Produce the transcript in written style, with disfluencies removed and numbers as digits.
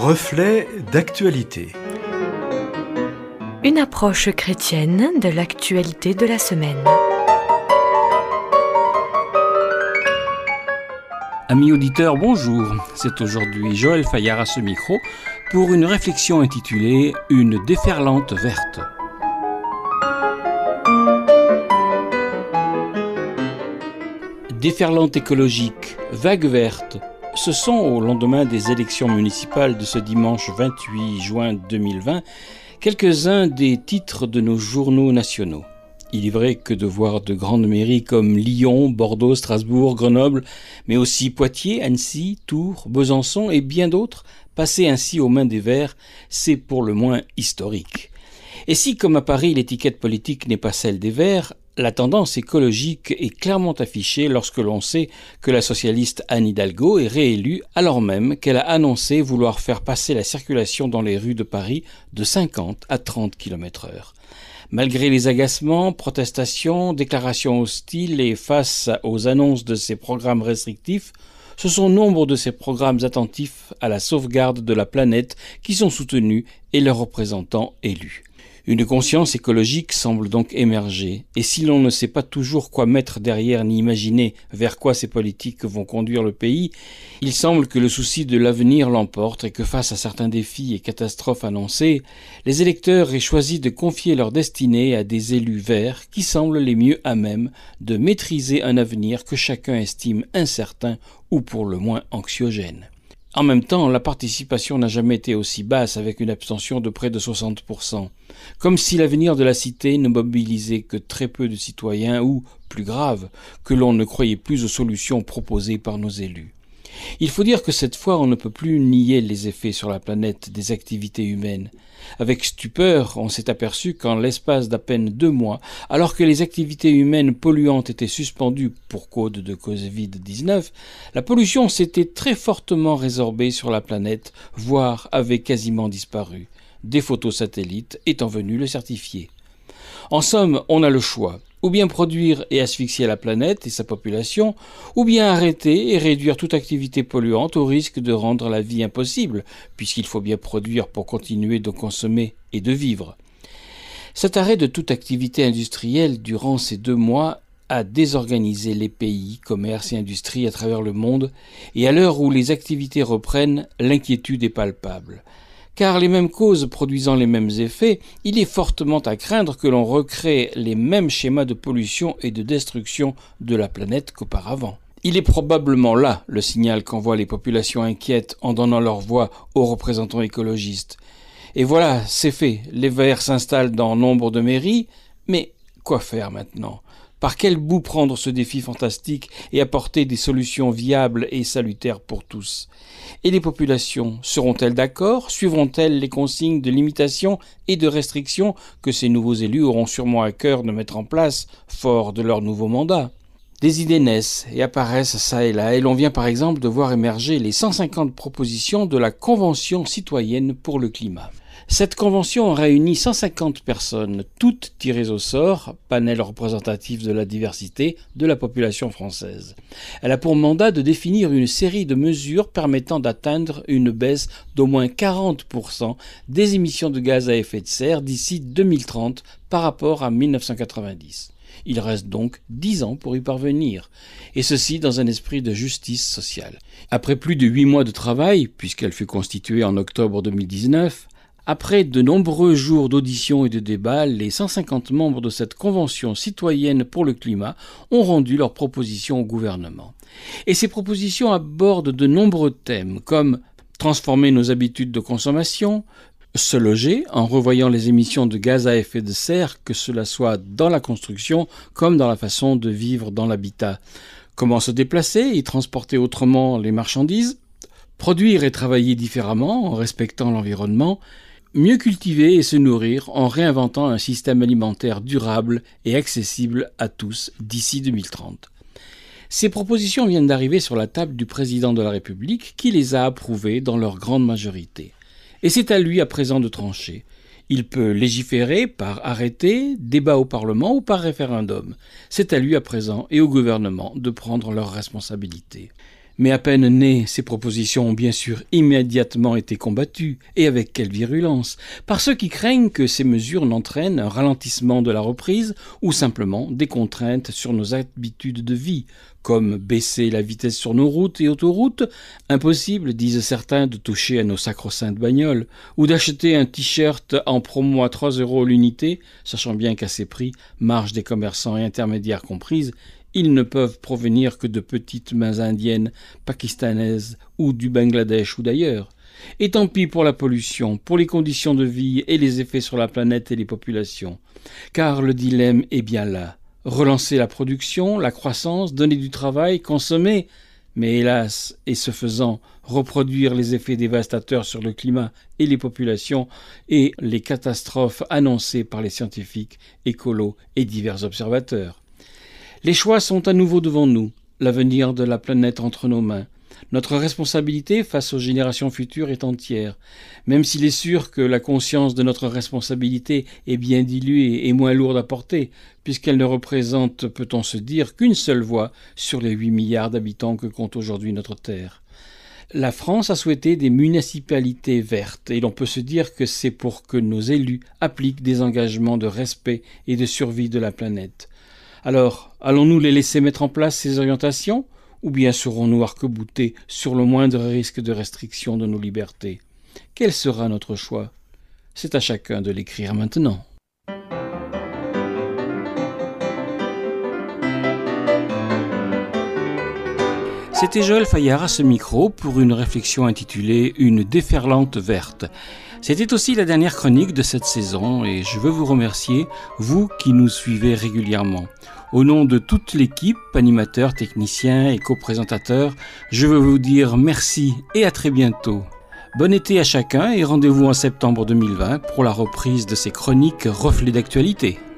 Reflet d'actualité. Une approche chrétienne de l'actualité de la semaine. Amis auditeurs, bonjour. C'est aujourd'hui Joël Fayard à ce micro pour une réflexion intitulée « Une déferlante verte ». Déferlante écologique, vague verte, ce sont, au lendemain des élections municipales de ce dimanche 28 juin 2020, quelques-uns des titres de nos journaux nationaux. Il est vrai que de voir de grandes mairies comme Lyon, Bordeaux, Strasbourg, Grenoble, mais aussi Poitiers, Annecy, Tours, Besançon et bien d'autres passer ainsi aux mains des Verts, c'est pour le moins historique. Et si, comme à Paris, l'étiquette politique n'est pas celle des Verts, la tendance écologique est clairement affichée lorsque l'on sait que la socialiste Anne Hidalgo est réélue alors même qu'elle a annoncé vouloir faire passer la circulation dans les rues de Paris de 50 à 30 km/h. Malgré les agacements, protestations, déclarations hostiles et face aux annonces de ces programmes restrictifs, ce sont nombre de ces programmes attentifs à la sauvegarde de la planète qui sont soutenus et leurs représentants élus. Une conscience écologique semble donc émerger, et si l'on ne sait pas toujours quoi mettre derrière ni imaginer vers quoi ces politiques vont conduire le pays, il semble que le souci de l'avenir l'emporte et que face à certains défis et catastrophes annoncés, les électeurs aient choisi de confier leur destinée à des élus verts qui semblent les mieux à même de maîtriser un avenir que chacun estime incertain ou pour le moins anxiogène. En même temps, la participation n'a jamais été aussi basse avec une abstention de près de 60%, comme si l'avenir de la cité ne mobilisait que très peu de citoyens ou, plus grave, que l'on ne croyait plus aux solutions proposées par nos élus. Il faut dire que cette fois, on ne peut plus nier les effets sur la planète des activités humaines. Avec stupeur, on s'est aperçu qu'en l'espace d'à peine 2 mois, alors que les activités humaines polluantes étaient suspendues pour cause de Covid-19, la pollution s'était très fortement résorbée sur la planète, voire avait quasiment disparu, des photos satellites étant venues le certifier. En somme, on a le choix. Ou bien produire et asphyxier la planète et sa population, ou bien arrêter et réduire toute activité polluante au risque de rendre la vie impossible, puisqu'il faut bien produire pour continuer de consommer et de vivre. Cet arrêt de toute activité industrielle durant ces 2 mois a désorganisé les pays, commerces et industries à travers le monde, et à l'heure où les activités reprennent, l'inquiétude est palpable. Car les mêmes causes produisant les mêmes effets, il est fortement à craindre que l'on recrée les mêmes schémas de pollution et de destruction de la planète qu'auparavant. Il est probablement là le signal qu'envoient les populations inquiètes en donnant leur voix aux représentants écologistes. Et voilà, c'est fait, les Verts s'installent dans nombre de mairies, mais quoi faire maintenant ? Par quel bout prendre ce défi fantastique et apporter des solutions viables et salutaires pour tous ? Et les populations, seront-elles d'accord ? Suivront-elles les consignes de limitation et de restriction que ces nouveaux élus auront sûrement à cœur de mettre en place, fort de leur nouveau mandat ? Des idées naissent et apparaissent ça et là, et l'on vient par exemple de voir émerger les 150 propositions de la Convention citoyenne pour le climat. Cette convention réunit 150 personnes, toutes tirées au sort, panel représentatif de la diversité de la population française. Elle a pour mandat de définir une série de mesures permettant d'atteindre une baisse d'au moins 40% des émissions de gaz à effet de serre d'ici 2030 par rapport à 1990. Il reste donc 10 ans pour y parvenir, et ceci dans un esprit de justice sociale. Après plus de 8 mois de travail, puisqu'elle fut constituée en octobre 2019, après de nombreux jours d'auditions et de débats, les 150 membres de cette Convention citoyenne pour le climat ont rendu leurs propositions au gouvernement. Et ces propositions abordent de nombreux thèmes comme transformer nos habitudes de consommation, se loger en revoyant les émissions de gaz à effet de serre, que cela soit dans la construction comme dans la façon de vivre dans l'habitat. Comment se déplacer et transporter autrement les marchandises, produire et travailler différemment en respectant l'environnement, mieux cultiver et se nourrir en réinventant un système alimentaire durable et accessible à tous d'ici 2030. Ces propositions viennent d'arriver sur la table du président de la République qui les a approuvées dans leur grande majorité. Et c'est à lui à présent de trancher. Il peut légiférer par arrêté, débat au Parlement ou par référendum. C'est à lui à présent et au gouvernement de prendre leurs responsabilités. Mais à peine nées, ces propositions ont bien sûr immédiatement été combattues, et avec quelle virulence, par ceux qui craignent que ces mesures n'entraînent un ralentissement de la reprise ou simplement des contraintes sur nos habitudes de vie, comme baisser la vitesse sur nos routes et autoroutes, impossible, disent certains, de toucher à nos sacro-saintes bagnoles, ou d'acheter un t-shirt en promo à 3 € l'unité, sachant bien qu'à ces prix, marge des commerçants et intermédiaires comprises, ils ne peuvent provenir que de petites mains indiennes, pakistanaises ou du Bangladesh ou d'ailleurs. Et tant pis pour la pollution, pour les conditions de vie et les effets sur la planète et les populations. Car le dilemme est bien là. Relancer la production, la croissance, donner du travail, consommer, mais hélas, et ce faisant, reproduire les effets dévastateurs sur le climat et les populations et les catastrophes annoncées par les scientifiques, écolos et divers observateurs. Les choix sont à nouveau devant nous, l'avenir de la planète entre nos mains. Notre responsabilité face aux générations futures est entière, même s'il est sûr que la conscience de notre responsabilité est bien diluée et moins lourde à porter, puisqu'elle ne représente, peut-on se dire, qu'une seule voix sur les 8 milliards d'habitants que compte aujourd'hui notre Terre. La France a souhaité des municipalités vertes, et l'on peut se dire que c'est pour que nos élus appliquent des engagements de respect et de survie de la planète. Alors, allons-nous les laisser mettre en place ces orientations, ou bien serons-nous arc-boutés sur le moindre risque de restriction de nos libertés? Quel sera notre choix? C'est à chacun de l'écrire maintenant. C'était Joël Fayard à ce micro pour une réflexion intitulée « Une déferlante verte ». C'était aussi la dernière chronique de cette saison et je veux vous remercier, vous qui nous suivez régulièrement. Au nom de toute l'équipe, animateurs, techniciens et co-présentateurs, je veux vous dire merci et à très bientôt. Bon été à chacun et rendez-vous en septembre 2020 pour la reprise de ces chroniques reflets d'actualité.